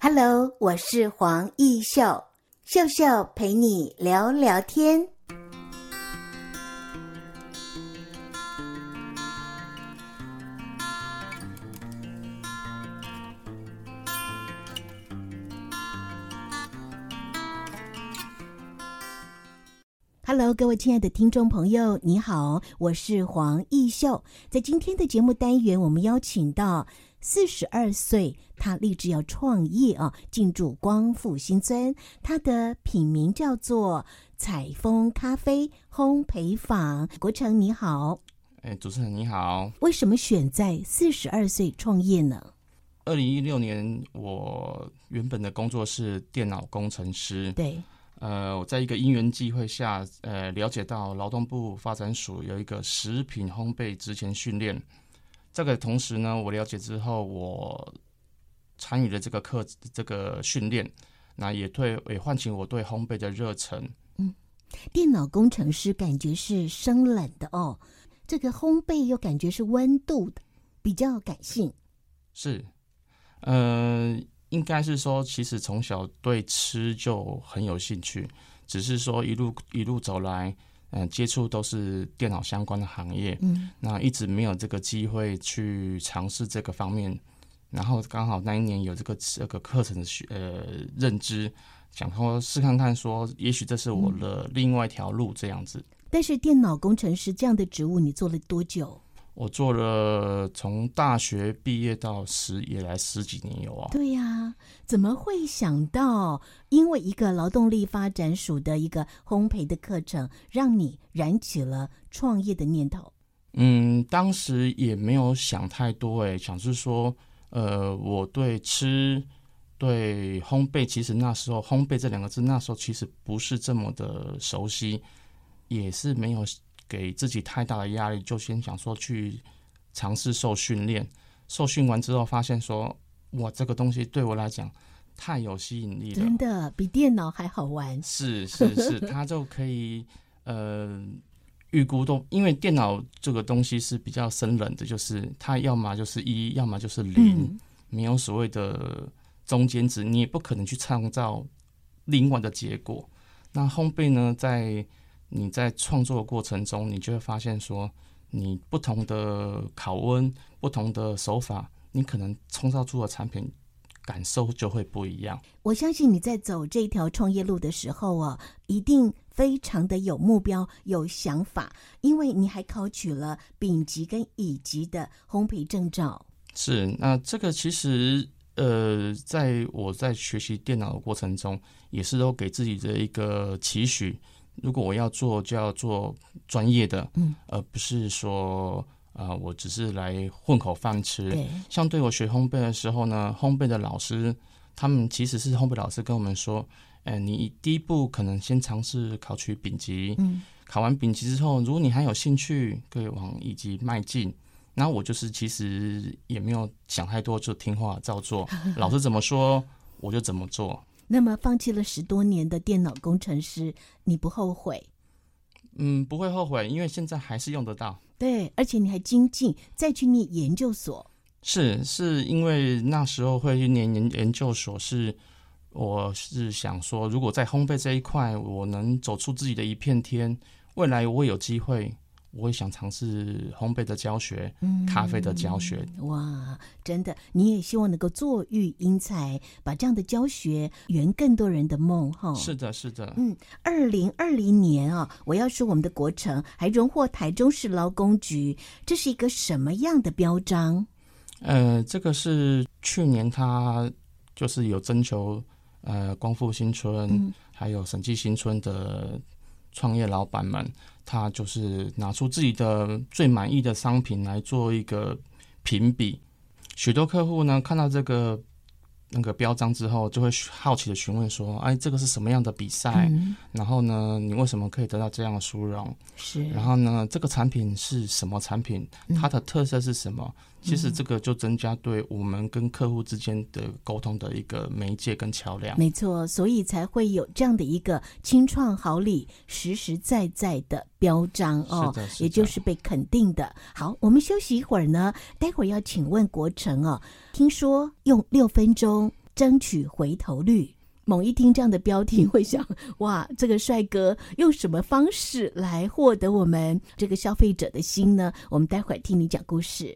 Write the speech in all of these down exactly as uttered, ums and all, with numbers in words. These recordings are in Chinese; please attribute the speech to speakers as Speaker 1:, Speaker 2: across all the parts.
Speaker 1: Hello， 我是黄奕秀，秀秀陪你聊聊天。Hello， 各位亲爱的听众朋友，你好，我是黄奕秀。在今天的节目单元，我们邀请到四十二岁，他立志要创业啊，进驻光复新村。他的品名叫做采风咖啡烘焙坊。国成你好。
Speaker 2: 哎，主持人你好。
Speaker 1: 为什么选在四十二岁创业呢？
Speaker 2: 二零一六年，我原本的工作是电脑工程师。
Speaker 1: 对。
Speaker 2: 呃，我在一个因缘际会下，呃，了解到劳动部发展署有一个食品烘焙职前训练。这个同时呢，我了解之后，我参与了这个课这个训练，那也对也唤起我对烘焙的热忱。
Speaker 1: 嗯，电脑工程师感觉是生冷的哦，这个烘焙又感觉是温度的，比较感性。
Speaker 2: 是，呃。应该是说，其实从小对吃就很有兴趣，只是说一路一路走来，嗯、呃，接触都是电脑相关的行业，嗯，那一直没有这个机会去尝试这个方面。然后刚好那一年有这个这个课程的呃认知，想说试看看说，说也许这是我的另外一条路这样子。
Speaker 1: 但是电脑工程师这样的职务，你做了多久？
Speaker 2: 我做了从大学毕业到十也来十几年有啊。
Speaker 1: 对呀、啊，怎么会想到因为一个劳动力发展署的一个烘焙的课程，让你燃起了创业的念头？
Speaker 2: 嗯，当时也没有想太多诶，想是说，呃，我对吃、对烘焙，其实那时候烘焙这两个字，那时候其实不是这么的熟悉，也是没有给自己太大的压力，就先想说去尝试受训练。受训完之后，发现说，哇，这个东西对我来讲太有吸引力了，
Speaker 1: 真的比电脑还好玩。
Speaker 2: 是是是，它就可以呃预估都，因为电脑这个东西是比较生冷的，就是它要么就是一，要么就是零、嗯，没有所谓的中间值，你也不可能去创造另外的结果。那烘焙呢，在你在创作的过程中，你就会发现说，你不同的烤温、不同的手法，你可能创造出的产品感受就会不一样。
Speaker 1: 我相信你在走这条创业路的时候啊，一定非常的有目标、有想法，因为你还考取了丙级跟乙级的烘焙证照。
Speaker 2: 是，那这个其实呃，在我在学习电脑的过程中，也是都给自己的一个期许。如果我要做，就要做专业的，嗯，而不是说，呃，我只是来混口饭吃。对，像对我学烘焙的时候呢，烘焙的老师，他们其实是烘焙老师跟我们说，呃，你第一步可能先尝试考取丙级，嗯，考完丙级之后，如果你还有兴趣，可以往乙级迈进。那我就是其实也没有想太多，就听话照做，老师怎么说我就怎么做。
Speaker 1: 那么放弃了十多年的电脑工程师，你不后悔？
Speaker 2: 嗯，不会后悔，因为现在还是用得到。
Speaker 1: 对，而且你还精进，再去念研究所。
Speaker 2: 是，是因为那时候会去念研研究所是，是我是想说，如果在烘焙这一块，我能走出自己的一片天，未来我有机会。我会想尝试烘焙的教学、嗯、咖啡的教学。
Speaker 1: 哇，真的，你也希望能够坐育英才，把这样的教学圆更多人的梦哈。
Speaker 2: 是的，是的。
Speaker 1: 嗯，二零二零年啊，我要说我们的国城还荣获台中市劳工局，这是一个什么样的标章？
Speaker 2: 呃，这个是去年他就是有征求呃光复新村、嗯、还有审计新村的创业老板们。他就是拿出自己的最满意的商品来做一个评比，许多客户呢看到这个那个标章之后，就会好奇的询问说：“哎，这个是什么样的比赛？嗯、然后呢，你为什么可以得到这样的殊荣？是，然后呢，这个产品是什么产品？它的特色是什么？”嗯、其实这个就增加对我们跟客户之间的沟通的一个媒介跟桥梁。
Speaker 1: 没错，所以才会有这样的一个青创好礼，实实在在的标章哦，是的，是的，也就是被肯定的。好，我们休息一会儿呢，待会儿要请问国成哦，听说用六分钟争取回头率。猛一听这样的标题会想，哇，这个帅哥用什么方式来获得我们这个消费者的心呢？我们待会儿听你讲故事。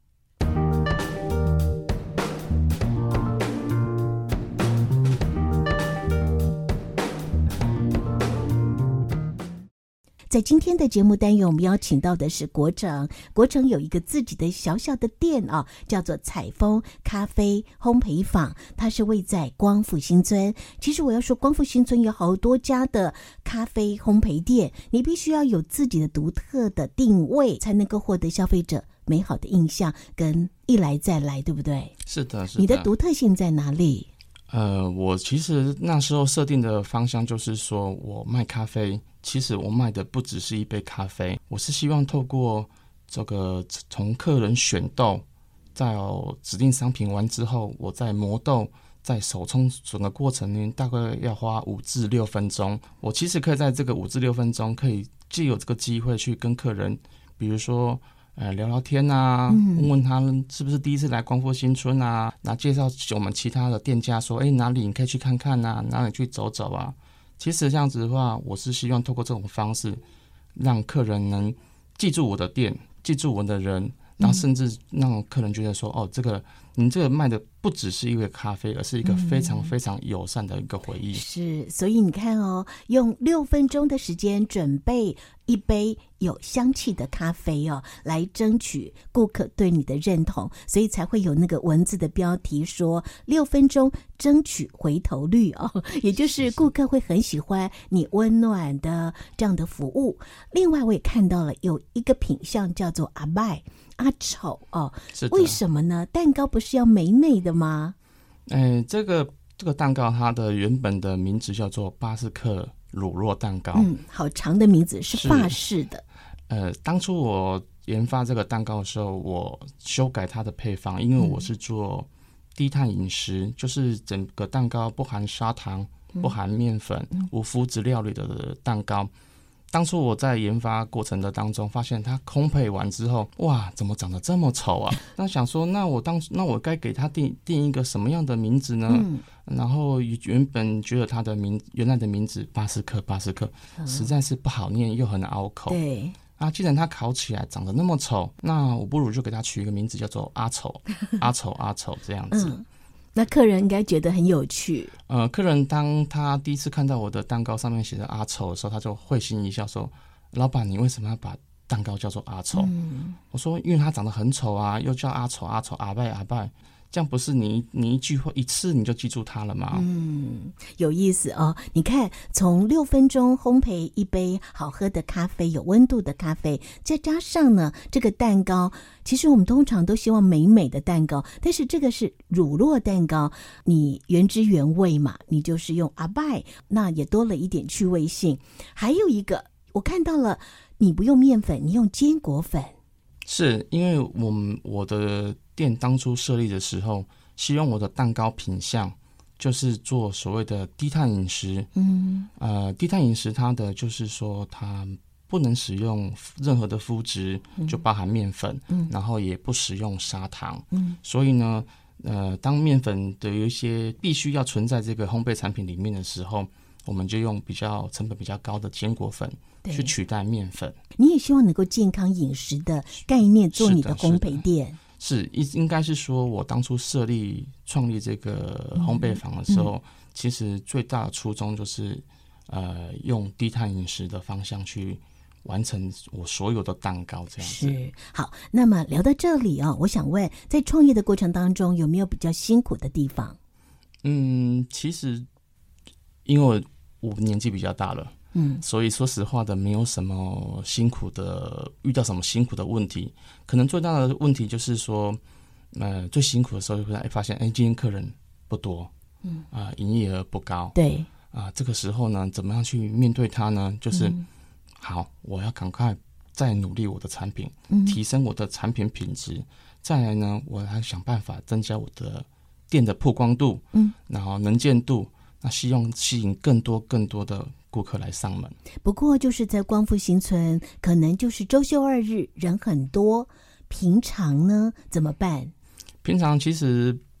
Speaker 1: 在今天的节目单元，我们邀请到的是国成。国成有一个自己的小小的店啊，叫做采风咖啡烘焙坊，它是位在光复新村。其实我要说，光复新村有好多家的咖啡烘焙店，你必须要有自己的独特的定位，才能够获得消费者美好的印象跟一来再来，对不对？
Speaker 2: 是的，是的。
Speaker 1: 你的独特性在哪里？
Speaker 2: 呃，我其实那时候设定的方向就是说，我卖咖啡，其实我卖的不只是一杯咖啡，我是希望透过这个从客人选豆，在有指定商品完之后，我在磨豆，在手冲整个过程呢，大概要花五至六分钟。我其实可以在这个五至六分钟，可以借有这个机会去跟客人，比如说。呃，聊聊天啊，问问他是不是第一次来光复新村啊，然后介绍我们其他的店家说，哎，哪里你可以去看看啊，哪里去走走啊。其实这样子的话，我是希望透过这种方式，让客人能记住我的店，记住我的人，然后甚至让客人觉得说，哦，这个你这个卖的不只是一个咖啡，而是一个非常非常友善的一个回忆。
Speaker 1: 是，所以你看哦，用六分钟的时间准备一杯有香气的咖啡哦，来争取顾客对你的认同，所以才会有那个文字的标题说六分钟争取回头率哦，也就是顾客会很喜欢你温暖的这样的服务。另外我也看到了有一个品项叫做阿拜阿丑哦，为什么呢？蛋糕不是要美美的吗？
Speaker 2: 哎，这个这个蛋糕它的原本的名字叫做巴斯克乳酪蛋糕，
Speaker 1: 嗯，好长的名字，是法式的。
Speaker 2: 呃，当初我研发这个蛋糕的时候，我修改它的配方，因为我是做低碳饮食，嗯、就是整个蛋糕不含砂糖、不含面粉、嗯、无麸质料理的蛋糕。当初我在研发过程的当中，发现它烘焙完之后，哇，怎么长得这么丑啊？那想说，那我当那我该给它定定一个什么样的名字呢？嗯、然后原本觉得它的名原来的名字巴斯克巴斯克、嗯、实在是不好念，又很拗口。
Speaker 1: 对。
Speaker 2: 啊，既然它烤起来长得那么丑，那我不如就给它取一个名字叫做阿丑，阿丑阿丑这样子。嗯，
Speaker 1: 那客人应该觉得很有趣。
Speaker 2: 呃，客人当他第一次看到我的蛋糕上面写着阿丑的时候，他就会心一笑说：“老板，你为什么要把蛋糕叫做阿丑？”嗯、我说：“因为它长得很丑啊，又叫阿丑阿丑阿拜阿拜。”这样不是你你一句话一次你就记住它了吗？嗯，
Speaker 1: 有意思哦。你看，从六分钟烘焙一杯好喝的咖啡，有温度的咖啡，再加上呢这个蛋糕，其实我们通常都希望美美的蛋糕，但是这个是乳酪蛋糕，你原汁原味嘛，你就是用阿拜，那也多了一点趣味性。还有一个，我看到了，你不用面粉，你用坚果粉。
Speaker 2: 是因为我们我的店当初设立的时候，希望我的蛋糕品项就是做所谓的低碳饮食。嗯，呃，低碳饮食它的就是说它不能使用任何的麸质，嗯、就包含面粉，嗯，然后也不使用砂糖。嗯，所以呢，呃，当面粉的有一些必须要存在这个烘焙产品里面的时候，我们就用比较成本比较高的坚果粉去取代面粉。
Speaker 1: 你也希望能够健康饮食的概念做你的烘焙店。
Speaker 2: 是应该是说我当初设立创立这个烘焙坊的时候，嗯嗯、其实最大的初衷就是呃用低碳饮食的方向去完成我所有的蛋糕这样子。
Speaker 1: 是，好，那么聊到这里哦，我想问，在创业的过程当中有没有比较辛苦的地方？
Speaker 2: 嗯，其实因为我年纪比较大了，嗯，所以说实话的，没有什么辛苦的，遇到什么辛苦的问题。可能最大的问题就是说，呃，最辛苦的时候就会发现，哎，今天客人不多，嗯，啊、呃，营业额不高，
Speaker 1: 对，
Speaker 2: 啊、呃，这个时候呢，怎么样去面对它呢？就是，嗯、好，我要赶快再努力我的产品，嗯、提升我的产品品质，再来呢，我还想办法增加我的店的曝光度，嗯，然后能见度。那希望吸引更多更多的顾客来上门。
Speaker 1: 不过就是在光复新村，可能就是周休二日人很多，平常呢怎么办？
Speaker 2: 平常其实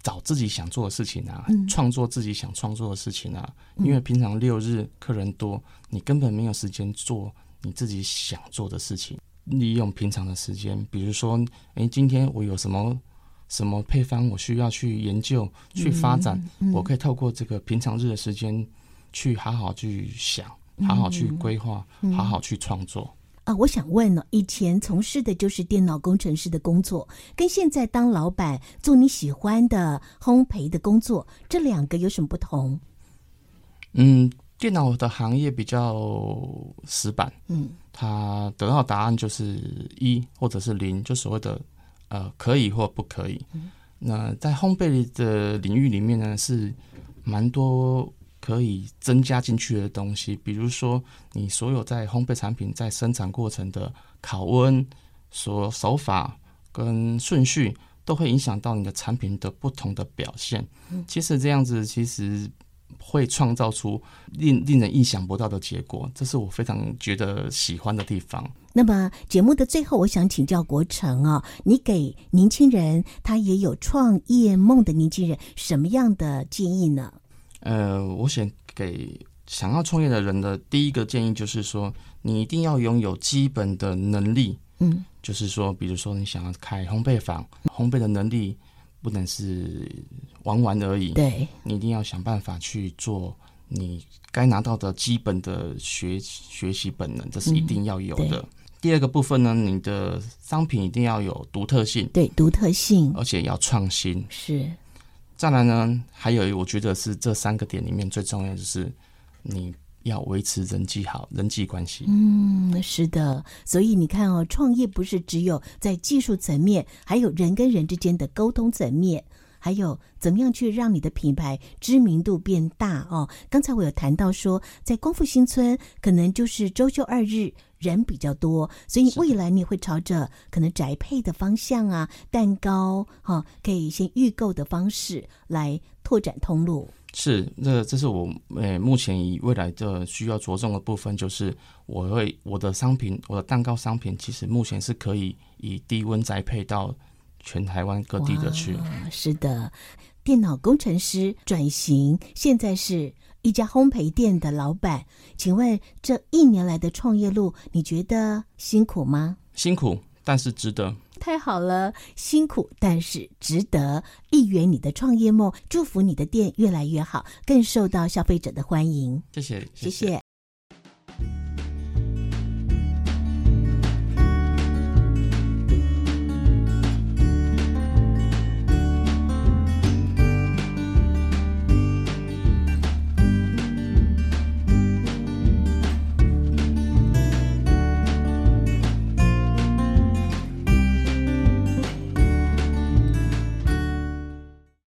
Speaker 2: 找自己想做的事情啊，
Speaker 1: 嗯
Speaker 2: 创作自己想创作的事情啊。因为平常六日客人多，你根本没有时间做你自己想做的事情。利用平常的时间，比如说，哎，今天我有什么什么配方，我需要去研究、去发展，
Speaker 1: 嗯嗯、
Speaker 2: 我可以透过这个平常日的时间，去好好去想，好好去规划，
Speaker 1: 嗯、
Speaker 2: 好好去创作。
Speaker 1: 啊，我想问呢，以前从事的就是电脑工程师的工作，跟现在当老板做你喜欢的烘焙的工作，这两个有什么不同？
Speaker 2: 嗯，电脑的行业比较死板，嗯，它得到答案就是一或者是零，就所谓的呃可以或不可以。嗯、那在烘焙的领域里面呢，是蛮多可以增加进去的东西，比如说你所有在烘焙产品在生产过程的烤温、所手法跟顺序，都会影响到你的产品的不同的表现。嗯、其实这样子其实会创造出令令人意想不到的结果，这是我非常觉得喜欢的地方。
Speaker 1: 那么节目的最后，我想请教国成啊，你给年轻人，他也有创业梦的年轻人，什么样的建议呢？
Speaker 2: 呃，我想给想要创业的人的第一个建议就是说，你一定要拥有基本的能力。嗯，就是说，比如说你想要开烘焙坊，烘焙的能力不能是玩玩而已，
Speaker 1: 对，
Speaker 2: 你一定要想办法去做你该拿到的基本的学学习本能，这是一定要有的。嗯、第二个部分呢，你的商品一定要有独特性，
Speaker 1: 对，独特性，
Speaker 2: 而且要创新。
Speaker 1: 是。
Speaker 2: 再来呢，还有我觉得是这三个点里面最重要的，就是你要维持人际好人际关系。
Speaker 1: 嗯，是的。所以你看哦，创业不是只有在技术层面，还有人跟人之间的沟通层面，还有怎么样去让你的品牌知名度变大哦。刚才我有谈到说，在光复新村可能就是周休二日人比较多，所以未来你会朝着可能宅配的方向啊，蛋糕哈、哦，可以先预购的方式来拓展通路。
Speaker 2: 是，这这是我呃目前以未来的需要着重的部分，就是我会我的商品，我的蛋糕商品，其实目前是可以以低温宅配到全台湾各地的去。
Speaker 1: 是的，电脑工程师转型，现在是一家烘焙店的老板，请问这一年来的创业路，你觉得辛苦吗？
Speaker 2: 辛苦，但是值得。
Speaker 1: 太好了，辛苦但是值得，一圆你的创业梦，祝福你的店越来越好，更受到消费者的欢迎。
Speaker 2: 谢谢，
Speaker 1: 谢谢。